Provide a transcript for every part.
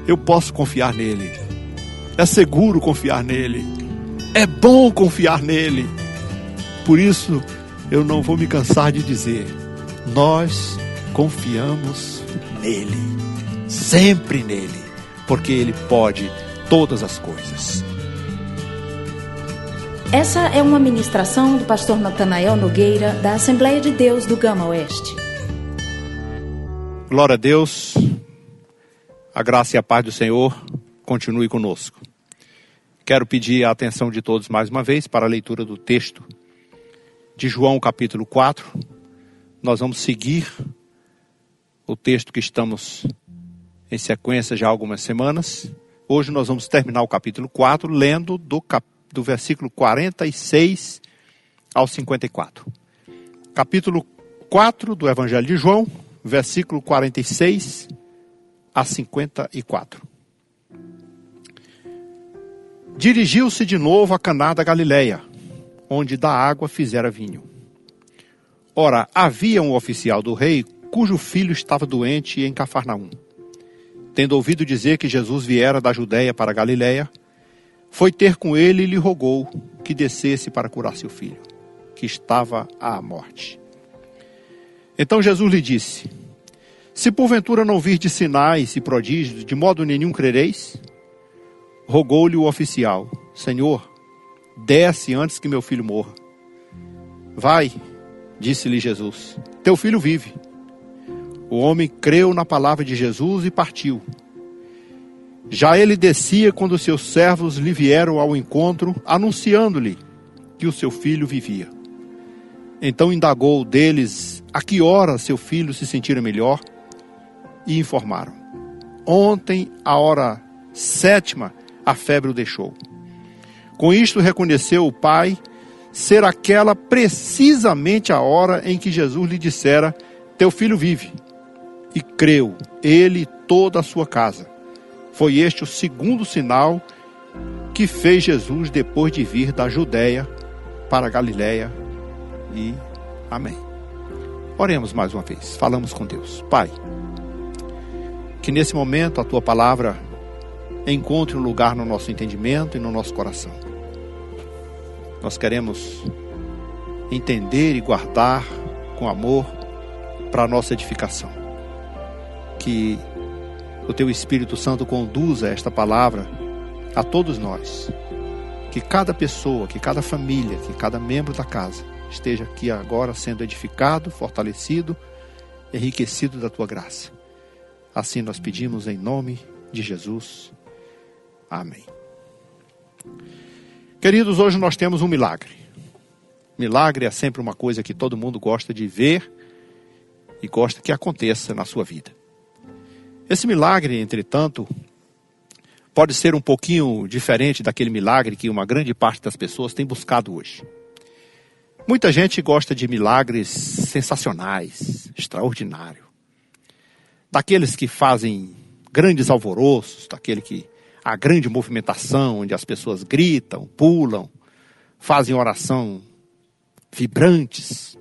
eu posso confiar nele. É seguro confiar nele. É bom confiar nele. Por isso, eu não vou me cansar de dizer: nós confiamos nele. Sempre nele. Porque ele pode todas as coisas. Essa é uma ministração do pastor Natanael Nogueira, da Assembleia de Deus do Gama Oeste. Glória a Deus. A graça e a paz do Senhor continue conosco. Quero pedir a atenção de todos mais uma vez para a leitura do texto de João capítulo 4. Nós vamos seguir o texto que estamos em sequência já há algumas semanas. Hoje nós vamos terminar o capítulo 4 lendo do versículo 46 ao 54. Capítulo 4 do Evangelho de João, versículo 46 a 54. Dirigiu-se de novo a Caná da Galileia, onde da água fizera vinho. Ora, havia um oficial do rei, cujo filho estava doente em Cafarnaum. Tendo ouvido dizer que Jesus viera da Judeia para a Galileia, foi ter com ele e lhe rogou que descesse para curar seu filho, que estava à morte. Então Jesus lhe disse: se porventura não virdes sinais e prodígios, de modo nenhum crereis? Rogou-lhe o oficial: Senhor, desce antes que meu filho morra. Vai, disse-lhe Jesus, teu filho vive. O homem creu na palavra de Jesus e partiu. Já ele descia quando seus servos lhe vieram ao encontro, anunciando-lhe que o seu filho vivia. Então indagou deles a que hora seu filho se sentira melhor, e informaram: ontem, à hora 7ª, a febre o deixou. Com isto reconheceu o pai ser aquela precisamente a hora em que Jesus lhe dissera: teu filho vive. E creu ele e toda a sua casa. Foi este o segundo sinal que fez Jesus depois de vir da Judeia para a Galileia. E amém. Oremos mais uma vez, falamos com Deus. Pai, que nesse momento a Tua palavra encontre um lugar no nosso entendimento e no nosso coração. Nós queremos entender e guardar com amor para a nossa edificação. Que o Teu Espírito Santo conduza esta palavra a todos nós. Que cada pessoa, que cada família, que cada membro da casa esteja aqui agora sendo edificado, fortalecido, enriquecido da Tua graça. Assim nós pedimos em nome de Jesus. Amém. Queridos, hoje nós temos um milagre. Milagre é sempre uma coisa que todo mundo gosta de ver e gosta que aconteça na sua vida. Esse milagre, entretanto, pode ser um pouquinho diferente daquele milagre que uma grande parte das pessoas tem buscado hoje. Muita gente gosta de milagres sensacionais, extraordinários. Daqueles que fazem grandes alvoroços, daquele que há grande movimentação, onde as pessoas gritam, pulam, fazem oração vibrantes.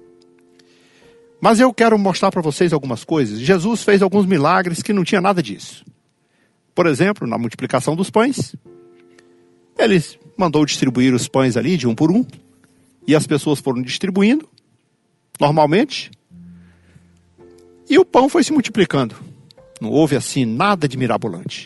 Mas eu quero mostrar para vocês algumas coisas. Jesus fez alguns milagres que não tinha nada disso. Por exemplo, na multiplicação dos pães, ele mandou distribuir os pães ali de um por um, e as pessoas foram distribuindo, normalmente, e o pão foi se multiplicando. Não houve assim nada de mirabolante.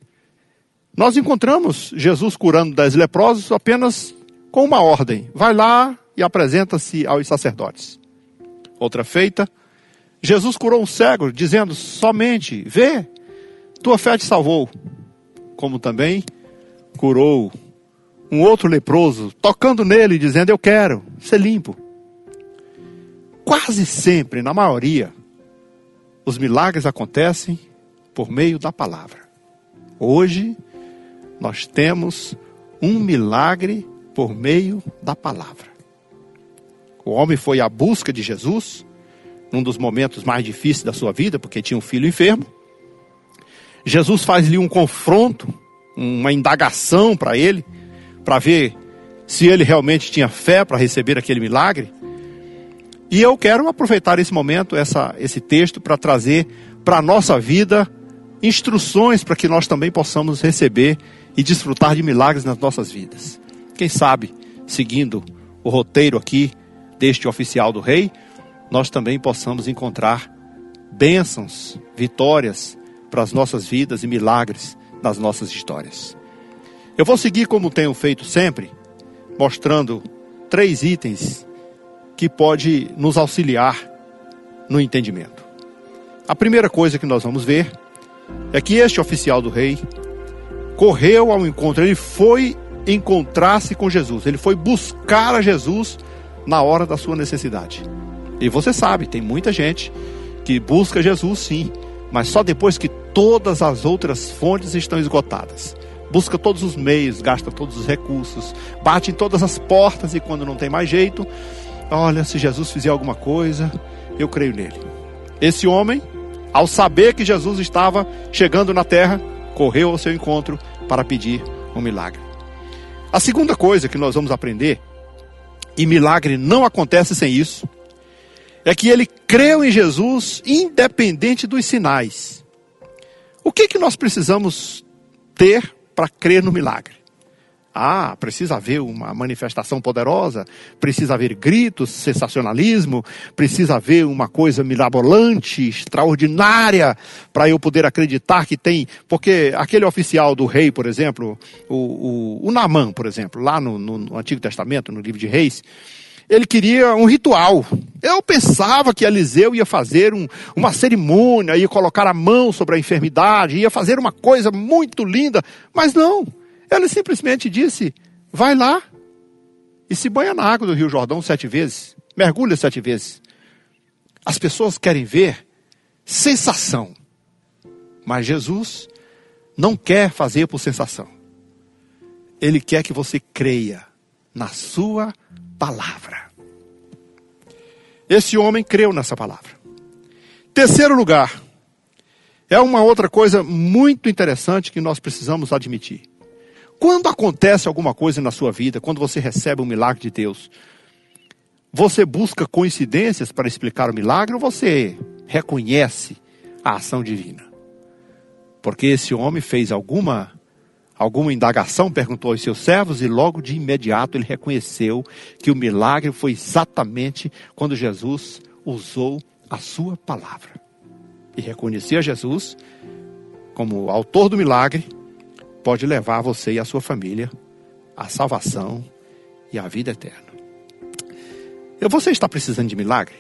Nós encontramos Jesus curando 10 leprosos apenas com uma ordem: vai lá e apresenta-se aos sacerdotes. Outra feita, Jesus curou um cego, dizendo somente: vê, tua fé te salvou. Como também curou um outro leproso, tocando nele, dizendo: eu quero ser limpo. Quase sempre, na maioria, os milagres acontecem por meio da palavra. Hoje, nós temos um milagre por meio da palavra. O homem foi à busca de Jesus, num dos momentos mais difíceis da sua vida, porque tinha um filho enfermo. Jesus faz-lhe um confronto, uma indagação para ele, para ver se ele realmente tinha fé para receber aquele milagre. E eu quero aproveitar esse momento, esse texto, para trazer para a nossa vida instruções para que nós também possamos receber e desfrutar de milagres nas nossas vidas. Quem sabe, seguindo o roteiro aqui deste oficial do rei, nós também possamos encontrar bênçãos, vitórias para as nossas vidas e milagres nas nossas histórias. Eu vou seguir como tenho feito sempre, mostrando 3 itens que pode nos auxiliar no entendimento. A primeira coisa que nós vamos ver é que este oficial do rei correu ao encontro, ele foi encontrar-se com Jesus, ele foi buscar a Jesus na hora da sua necessidade. E você sabe, tem muita gente que busca Jesus sim, mas só depois que todas as outras fontes estão esgotadas. Busca todos os meios, gasta todos os recursos, bate em todas as portas e quando não tem mais jeito, olha, se Jesus fizer alguma coisa, eu creio nele. Esse homem, ao saber que Jesus estava chegando na terra, correu ao seu encontro para pedir um milagre. A segunda coisa que nós vamos aprender, e milagre não acontece sem isso, é que ele creu em Jesus independente dos sinais. O que nós precisamos ter para crer no milagre? Precisa haver uma manifestação poderosa, precisa haver gritos, sensacionalismo, precisa haver uma coisa mirabolante, extraordinária, para eu poder acreditar que tem... Porque aquele oficial do rei, por exemplo, o Naamã, por exemplo, lá no Antigo Testamento, no livro de Reis, ele queria um ritual. Eu pensava que Eliseu ia fazer uma cerimônia, ia colocar a mão sobre a enfermidade, ia fazer uma coisa muito linda, mas não. Ele simplesmente disse, vai lá e se banha na água do Rio Jordão 7 vezes, mergulha 7 vezes. As pessoas querem ver sensação, mas Jesus não quer fazer por sensação. Ele quer que você creia na sua palavra. Esse homem creu nessa palavra. Terceiro lugar, é uma outra coisa muito interessante que nós precisamos admitir. Quando acontece alguma coisa na sua vida, quando você recebe um milagre de Deus, você busca coincidências para explicar o milagre ou você reconhece a ação divina? Porque esse homem fez alguma indagação, perguntou aos seus servos e logo de imediato ele reconheceu que o milagre foi exatamente quando Jesus usou a sua palavra. E reconhecer a Jesus como autor do milagre pode levar você e a sua família à salvação e à vida eterna. Você está precisando de milagre?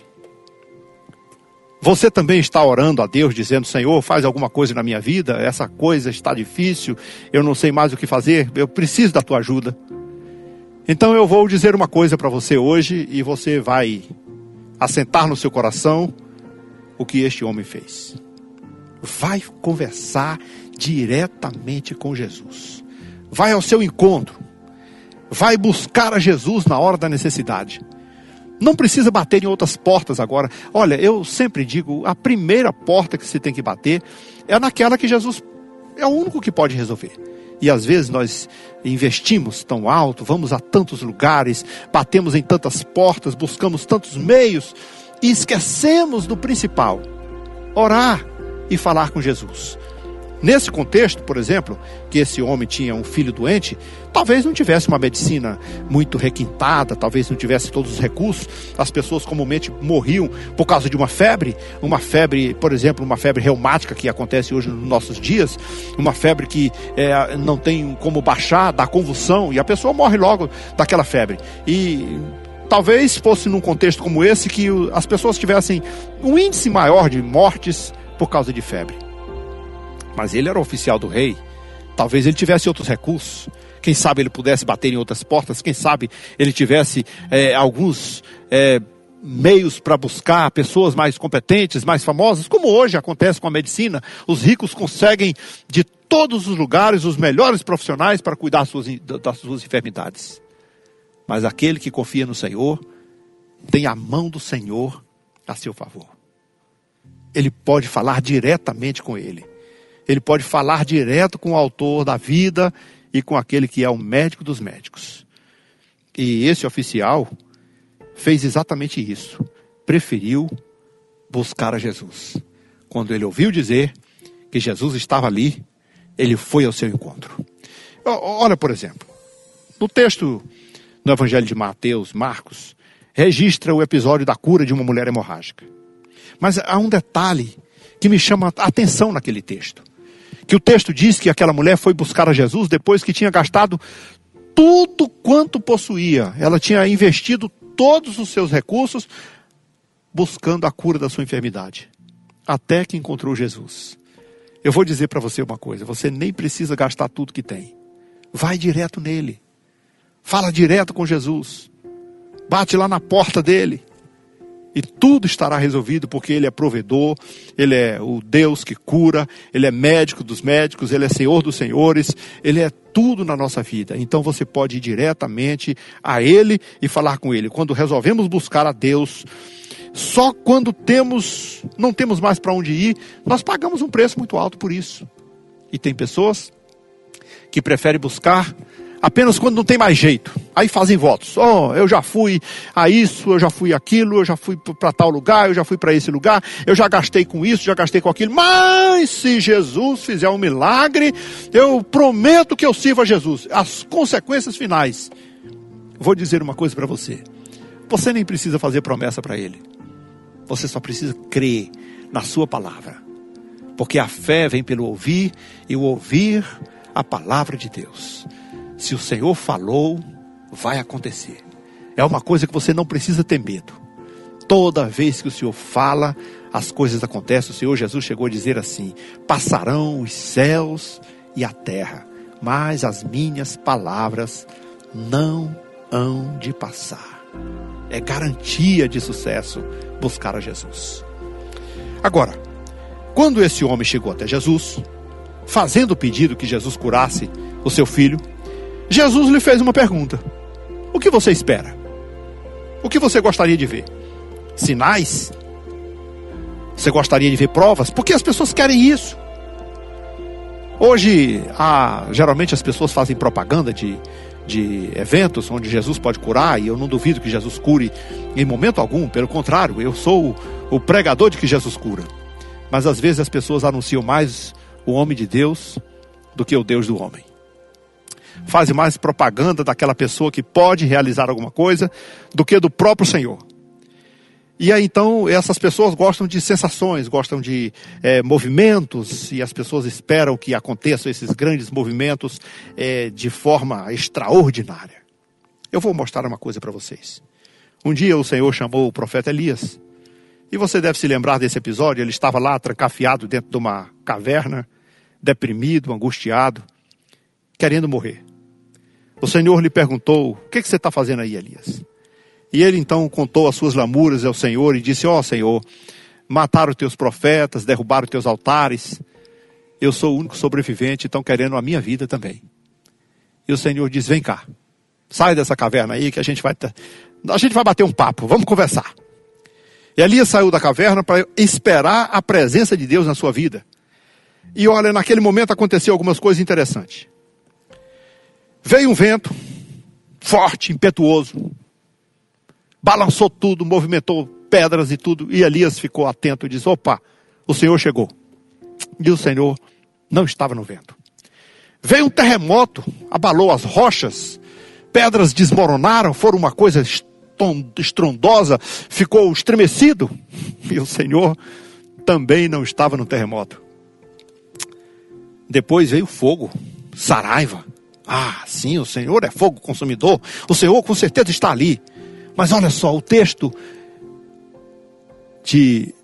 Você também está orando a Deus, dizendo, Senhor, faz alguma coisa na minha vida, essa coisa está difícil, eu não sei mais o que fazer, eu preciso da tua ajuda. Então eu vou dizer uma coisa para você hoje e você vai assentar no seu coração o que este homem fez. Vai conversar diretamente com Jesus. Vai ao seu encontro. Vai buscar a Jesus na hora da necessidade. Não precisa bater em outras portas agora. Olha, eu sempre digo, a primeira porta que você tem que bater é naquela que Jesus é o único que pode resolver. E às vezes nós investimos tão alto, vamos a tantos lugares, batemos em tantas portas, buscamos tantos meios e esquecemos do principal: orar e falar com Jesus. Nesse contexto, por exemplo, que esse homem tinha um filho doente, talvez não tivesse uma medicina muito requintada, talvez não tivesse todos os recursos. As pessoas comumente morriam por causa de uma febre, por exemplo, uma febre reumática que acontece hoje nos nossos dias, uma febre que não tem como baixar, dá convulsão, e a pessoa morre logo daquela febre. E talvez fosse num contexto como esse que as pessoas tivessem um índice maior de mortes por causa de febre. Mas ele era o oficial do rei. Talvez ele tivesse outros recursos. Quem sabe ele pudesse bater em outras portas. Quem sabe ele tivesse alguns meios para buscar pessoas mais competentes, mais famosas. Como hoje acontece com a medicina. Os ricos conseguem de todos os lugares os melhores profissionais para cuidar das suas enfermidades. Mas aquele que confia no Senhor tem a mão do Senhor a seu favor. Ele pode falar diretamente com ele. Ele pode falar direto com o autor da vida e com aquele que é o médico dos médicos. E esse oficial fez exatamente isso. Preferiu buscar a Jesus. Quando ele ouviu dizer que Jesus estava ali, ele foi ao seu encontro. Olha, por exemplo, no texto no Evangelho de Mateus, Marcos, registra o episódio da cura de uma mulher hemorrágica. Mas há um detalhe que me chama a atenção naquele texto. Que o texto diz que aquela mulher foi buscar a Jesus depois que tinha gastado tudo quanto possuía. Ela tinha investido todos os seus recursos buscando a cura da sua enfermidade. Até que encontrou Jesus. Eu vou dizer para você uma coisa. Você nem precisa gastar tudo que tem. Vai direto nele. Fala direto com Jesus. Bate lá na porta dele. E tudo estará resolvido, porque ele é provedor, ele é o Deus que cura, ele é médico dos médicos, ele é Senhor dos senhores, ele é tudo na nossa vida. Então você pode ir diretamente a ele e falar com ele. Quando resolvemos buscar a Deus, só quando não temos mais para onde ir, nós pagamos um preço muito alto por isso. E tem pessoas que preferem buscar apenas quando não tem mais jeito. Aí fazem votos. Eu já fui a isso, eu já fui aquilo, eu já fui para tal lugar, eu já fui para esse lugar, eu já gastei com isso, já gastei com aquilo. Mas se Jesus fizer um milagre, eu prometo que eu sirvo a Jesus. As consequências finais. Vou dizer uma coisa para você. Você nem precisa fazer promessa para ele. Você só precisa crer na sua palavra. Porque a fé vem pelo ouvir e o ouvir a palavra de Deus. Se o Senhor falou, vai acontecer. É uma coisa que você não precisa ter medo. Toda vez que o Senhor fala, as coisas acontecem. O Senhor Jesus chegou a dizer assim: passarão os céus e a terra, mas as minhas palavras não hão de passar. É garantia de sucesso buscar a Jesus. Agora, quando esse homem chegou até Jesus, fazendo o pedido que Jesus curasse o seu filho, Jesus lhe fez uma pergunta: o que você espera? O que você gostaria de ver? Sinais? Você gostaria de ver provas? Porque as pessoas querem isso. Hoje, geralmente as pessoas fazem propaganda de eventos onde Jesus pode curar, e eu não duvido que Jesus cure em momento algum. Pelo contrário, eu sou o pregador de que Jesus cura. Mas às vezes as pessoas anunciam mais o homem de Deus do que o Deus do homem. Fazem mais propaganda daquela pessoa que pode realizar alguma coisa do que do próprio Senhor. E aí então essas pessoas gostam de sensações, gostam de movimentos, e as pessoas esperam que aconteçam esses grandes movimentos de forma extraordinária. Eu vou mostrar uma coisa para vocês. Um dia o Senhor chamou o profeta Elias, e você deve se lembrar desse episódio. Ele estava lá trancafiado dentro de uma caverna, deprimido, angustiado, querendo morrer. O Senhor lhe perguntou: o que você está fazendo aí, Elias? E ele então contou as suas lamúrias ao Senhor e disse: Senhor, mataram os teus profetas, derrubaram os teus altares. Eu sou o único sobrevivente, estão querendo a minha vida também. E o Senhor diz: vem cá, sai dessa caverna aí que a gente vai bater um papo, vamos conversar. E Elias saiu da caverna para esperar a presença de Deus na sua vida. E olha, naquele momento aconteceu algumas coisas interessantes. Veio um vento forte, impetuoso, balançou tudo, movimentou pedras e tudo, e Elias ficou atento e disse: opa, o Senhor chegou. E o Senhor não estava no vento. Veio um terremoto, abalou as rochas, pedras desmoronaram, foram uma coisa estrondosa, ficou estremecido, e o Senhor também não estava no terremoto. Depois veio fogo, saraiva. Sim, o Senhor é fogo consumidor, o Senhor com certeza está ali. Mas olha só, o texto de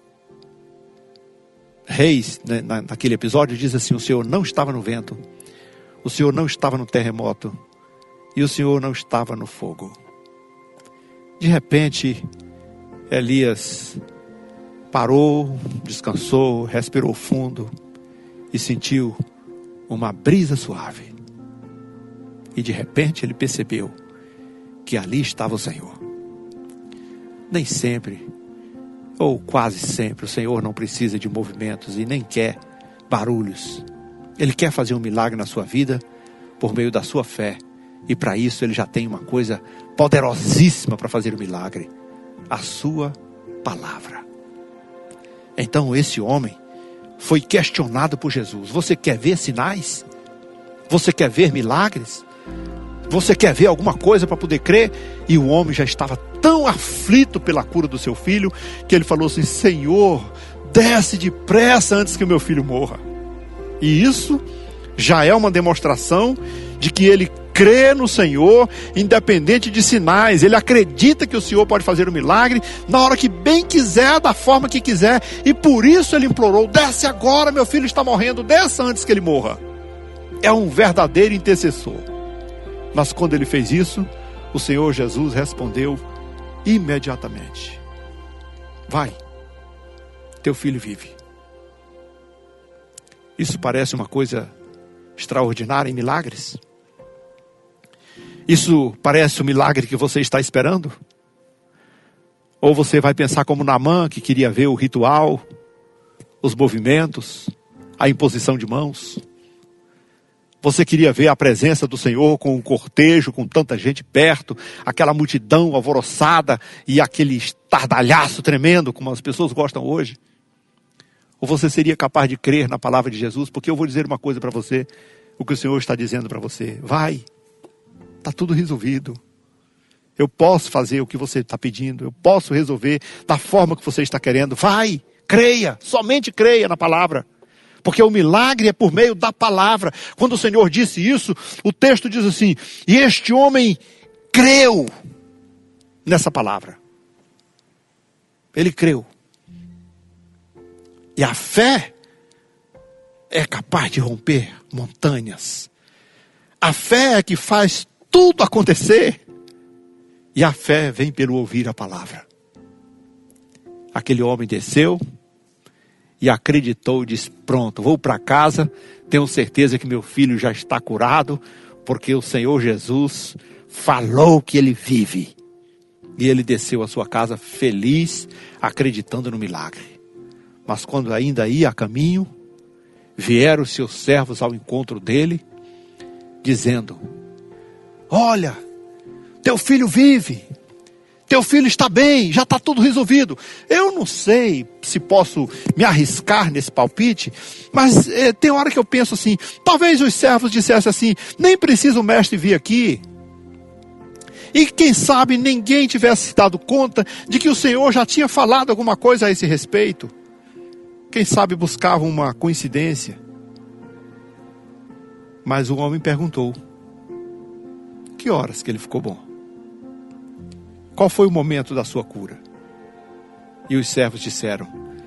Reis, né, naquele episódio, diz assim: o Senhor não estava no vento, o Senhor não estava no terremoto, e o Senhor não estava no fogo. De repente, Elias parou, descansou, respirou fundo e sentiu uma brisa suave. E de repente ele percebeu que ali estava o Senhor. Nem sempre, ou quase sempre, o Senhor não precisa de movimentos e nem quer barulhos. Ele quer fazer um milagre na sua vida por meio da sua fé. E para isso ele já tem uma coisa poderosíssima para fazer o milagre: a sua palavra. Então esse homem foi questionado por Jesus: você quer ver sinais? Você quer ver milagres? Você quer ver alguma coisa para poder crer? E o homem já estava tão aflito pela cura do seu filho, que ele falou assim: Senhor, desce depressa antes que o meu filho morra. E isso já é uma demonstração de que ele crê no Senhor, independente de sinais. Ele acredita que o Senhor pode fazer um milagre na hora que bem quiser, da forma que quiser. E por isso ele implorou: desce agora, meu filho está morrendo, desça antes que ele morra. É um verdadeiro intercessor. Mas quando ele fez isso, o Senhor Jesus respondeu imediatamente: vai, teu filho vive. Isso parece uma coisa extraordinária em milagres? Isso parece o milagre que você está esperando? Ou você vai pensar como Naamã, que queria ver o ritual, os movimentos, a imposição de mãos? Você queria ver a presença do Senhor com um cortejo, com tanta gente perto, aquela multidão alvoroçada e aquele estardalhaço tremendo, como as pessoas gostam hoje? Ou você seria capaz de crer na palavra de Jesus? Porque eu vou dizer uma coisa para você, o que o Senhor está dizendo para você: vai, está tudo resolvido. Eu posso fazer o que você está pedindo, eu posso resolver da forma que você está querendo. Vai, creia, somente creia na palavra. Porque o milagre é por meio da palavra. Quando o Senhor disse isso, o texto diz assim: e este homem creu nessa palavra. Ele creu. E a fé é capaz de romper montanhas. A fé é que faz tudo acontecer. E a fé vem pelo ouvir a palavra. Aquele homem desceu e acreditou e disse: pronto, vou para casa, tenho certeza que meu filho já está curado, porque o Senhor Jesus falou que ele vive. E ele desceu à sua casa feliz, acreditando no milagre. Mas quando ainda ia a caminho, vieram os seus servos ao encontro dele, dizendo: olha, teu filho vive. Teu filho está bem, já está tudo resolvido. Eu não sei se posso me arriscar nesse palpite, mas tem hora que eu penso assim: talvez os servos dissessem assim: nem precisa o mestre vir aqui. E quem sabe ninguém tivesse se dado conta de que o Senhor já tinha falado alguma coisa a esse respeito. Quem sabe buscavam uma coincidência. Mas o homem perguntou: que horas que ele ficou bom? Qual foi o momento da sua cura? E os servos disseram: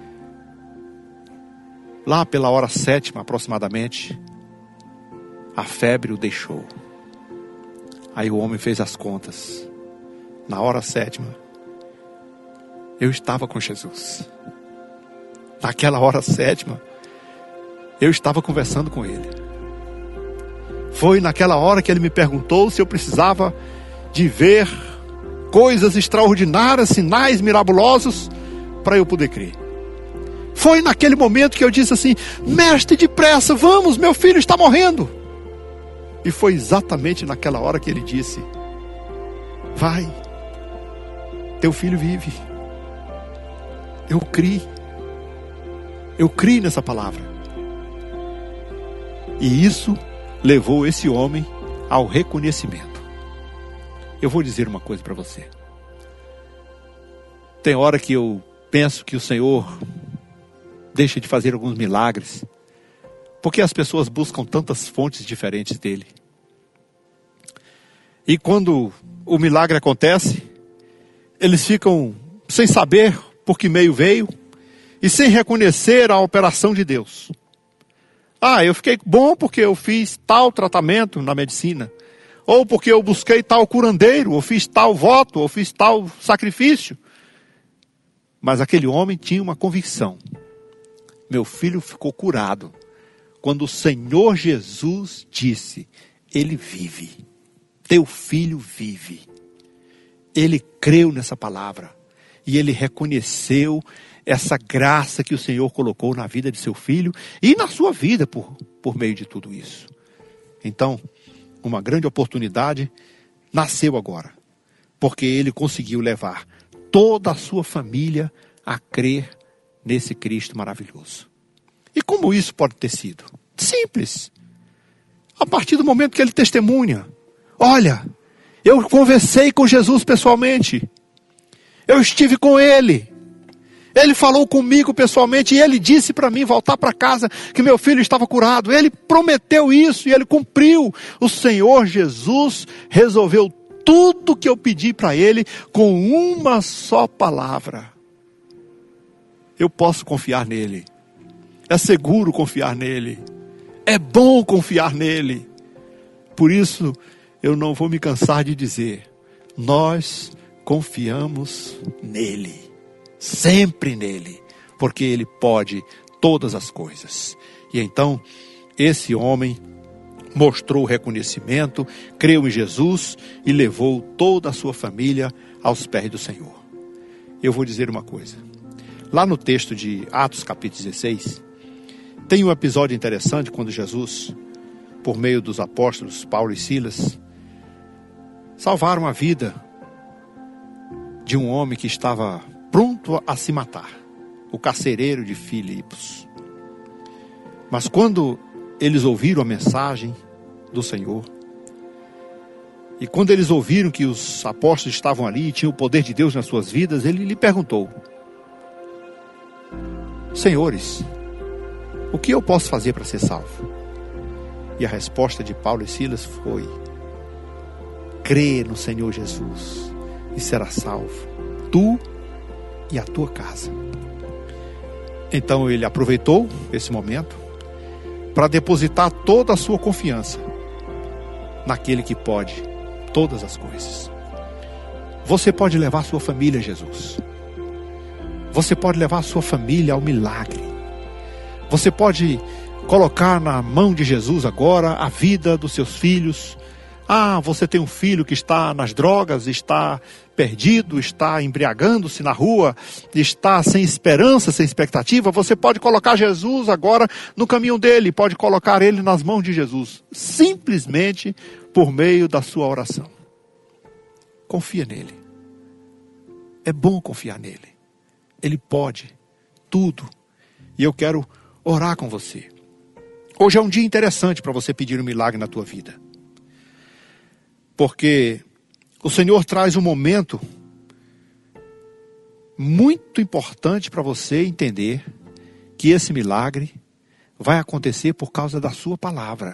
lá pela hora 7ª aproximadamente, a febre o deixou. Aí o homem fez as contas. Na hora 7ª, eu estava com Jesus. Naquela hora 7ª, eu estava conversando com ele. Foi naquela hora que ele me perguntou se eu precisava de ver coisas extraordinárias, sinais miraculosos, para eu poder crer. Foi naquele momento que eu disse assim: mestre, depressa, vamos, meu filho está morrendo. E foi exatamente naquela hora que ele disse: vai, teu filho vive. Eu criei nessa palavra. E isso levou esse homem ao reconhecimento. Eu vou dizer uma coisa para você. Tem hora que eu penso que o Senhor deixa de fazer alguns milagres, porque as pessoas buscam tantas fontes diferentes dele. E quando o milagre acontece, eles ficam sem saber por que meio veio e sem reconhecer a operação de Deus. Ah, eu fiquei bom porque eu fiz tal tratamento na medicina. Ou porque eu busquei tal curandeiro, ou fiz tal voto, ou fiz tal sacrifício. Mas aquele homem tinha uma convicção: meu filho ficou curado quando o Senhor Jesus disse: ele vive, teu filho vive. Ele creu nessa palavra e ele reconheceu essa graça que o Senhor colocou na vida de seu filho e na sua vida por meio de tudo isso. Então, uma grande oportunidade nasceu agora, porque ele conseguiu levar toda a sua família a crer nesse Cristo maravilhoso. E como isso pode ter sido? Simples. A partir do momento que ele testemunha. Olha, eu conversei com Jesus pessoalmente. Eu estive com ele. Ele falou comigo pessoalmente e ele disse para mim voltar para casa que meu filho estava curado. Ele prometeu isso e ele cumpriu. O Senhor Jesus resolveu tudo que eu pedi para ele com uma só palavra. Eu posso confiar nele. É seguro confiar nele. É bom confiar nele. Por isso, eu não vou me cansar de dizer, nós confiamos nele. Sempre nele. Porque ele pode todas as coisas. E então, esse homem mostrou reconhecimento, creu em Jesus e levou toda a sua família aos pés do Senhor. Eu vou dizer uma coisa. Lá no texto de Atos capítulo 16, tem um episódio interessante quando Jesus, por meio dos apóstolos Paulo e Silas, salvaram a vida de um homem que estava pronto a se matar, o carcereiro de Filipos. Mas quando eles ouviram a mensagem do Senhor, e quando eles ouviram que os apóstolos estavam ali e tinham o poder de Deus nas suas vidas, ele lhe perguntou: Senhores, o que eu posso fazer para ser salvo? E a resposta de Paulo e Silas foi: crê no Senhor Jesus e será salvo, tu e a tua casa. Então ele aproveitou esse momento para depositar toda a sua confiança naquele que pode todas as coisas. Você pode levar sua família a Jesus. Você pode levar sua família ao milagre. Você pode colocar na mão de Jesus agora a vida dos seus filhos. Você tem um filho que está nas drogas, está perdido, está embriagando-se na rua, está sem esperança, sem expectativa. Você pode colocar Jesus agora no caminho dele, pode colocar ele nas mãos de Jesus, simplesmente por meio da sua oração. Confia nele. É bom confiar nele. Ele pode tudo. E eu quero orar com você. Hoje é um dia interessante para você pedir um milagre na tua vida. Porque o Senhor traz um momento muito importante para você entender que esse milagre vai acontecer por causa da sua palavra.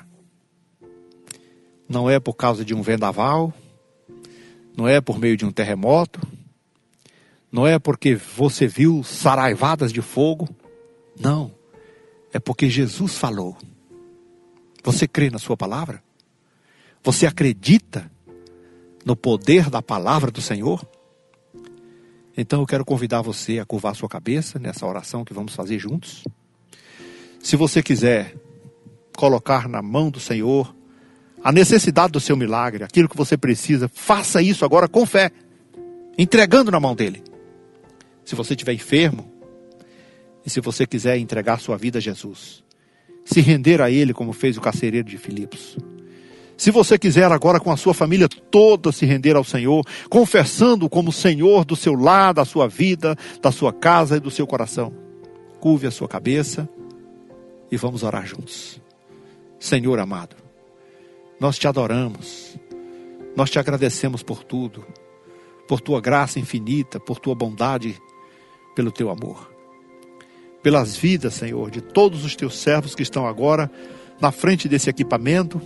Não é por causa de um vendaval, não é por meio de um terremoto, não é porque você viu saraivadas de fogo, não, é porque Jesus falou. Você crê na sua palavra? Você acredita no poder da palavra do Senhor? Então eu quero convidar você a curvar sua cabeça nessa oração que vamos fazer juntos. Se você quiser colocar na mão do Senhor a necessidade do seu milagre, aquilo que você precisa, faça isso agora com fé, entregando na mão dele. Se você estiver enfermo, e se você quiser entregar sua vida a Jesus, se render a ele como fez o carcereiro de Filipos. Se você quiser agora com a sua família toda se render ao Senhor, confessando como Senhor do seu lar, da sua vida, da sua casa e do seu coração. Curve a sua cabeça e vamos orar juntos. Senhor amado, nós te adoramos, nós te agradecemos por tudo, por tua graça infinita, por tua bondade, pelo teu amor. Pelas vidas, Senhor, de todos os teus servos que estão agora na frente desse equipamento,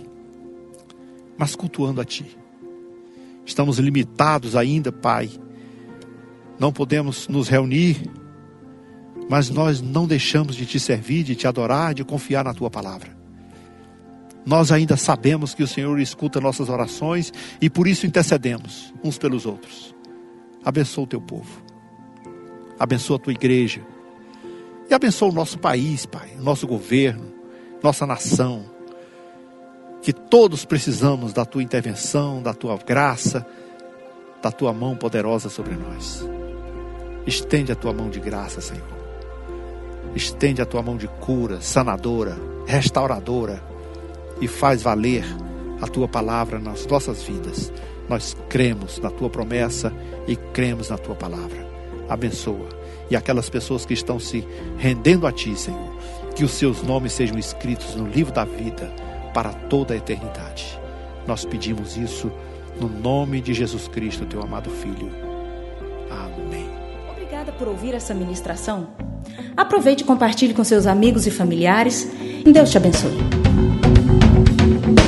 mas cultuando a Ti. Estamos limitados ainda, Pai. Não podemos nos reunir, mas nós não deixamos de Te servir, de Te adorar, de confiar na Tua palavra. Nós ainda sabemos que o Senhor escuta nossas orações e por isso intercedemos uns pelos outros. Abençoa o Teu povo. Abençoa a Tua igreja. E abençoa o nosso país, Pai, o nosso governo, nossa nação. Que todos precisamos da Tua intervenção, da Tua graça, da Tua mão poderosa sobre nós. Estende a Tua mão de graça, Senhor. Estende a Tua mão de cura, sanadora, restauradora. E faz valer a Tua palavra nas nossas vidas. Nós cremos na Tua promessa e cremos na Tua palavra. Abençoa. E aquelas pessoas que estão se rendendo a Ti, Senhor, que os seus nomes sejam escritos no livro da vida para toda a eternidade. Nós pedimos isso no nome de Jesus Cristo, teu amado Filho. Amém. Obrigada por ouvir essa ministração. Aproveite e compartilhe com seus amigos e familiares. Deus te abençoe.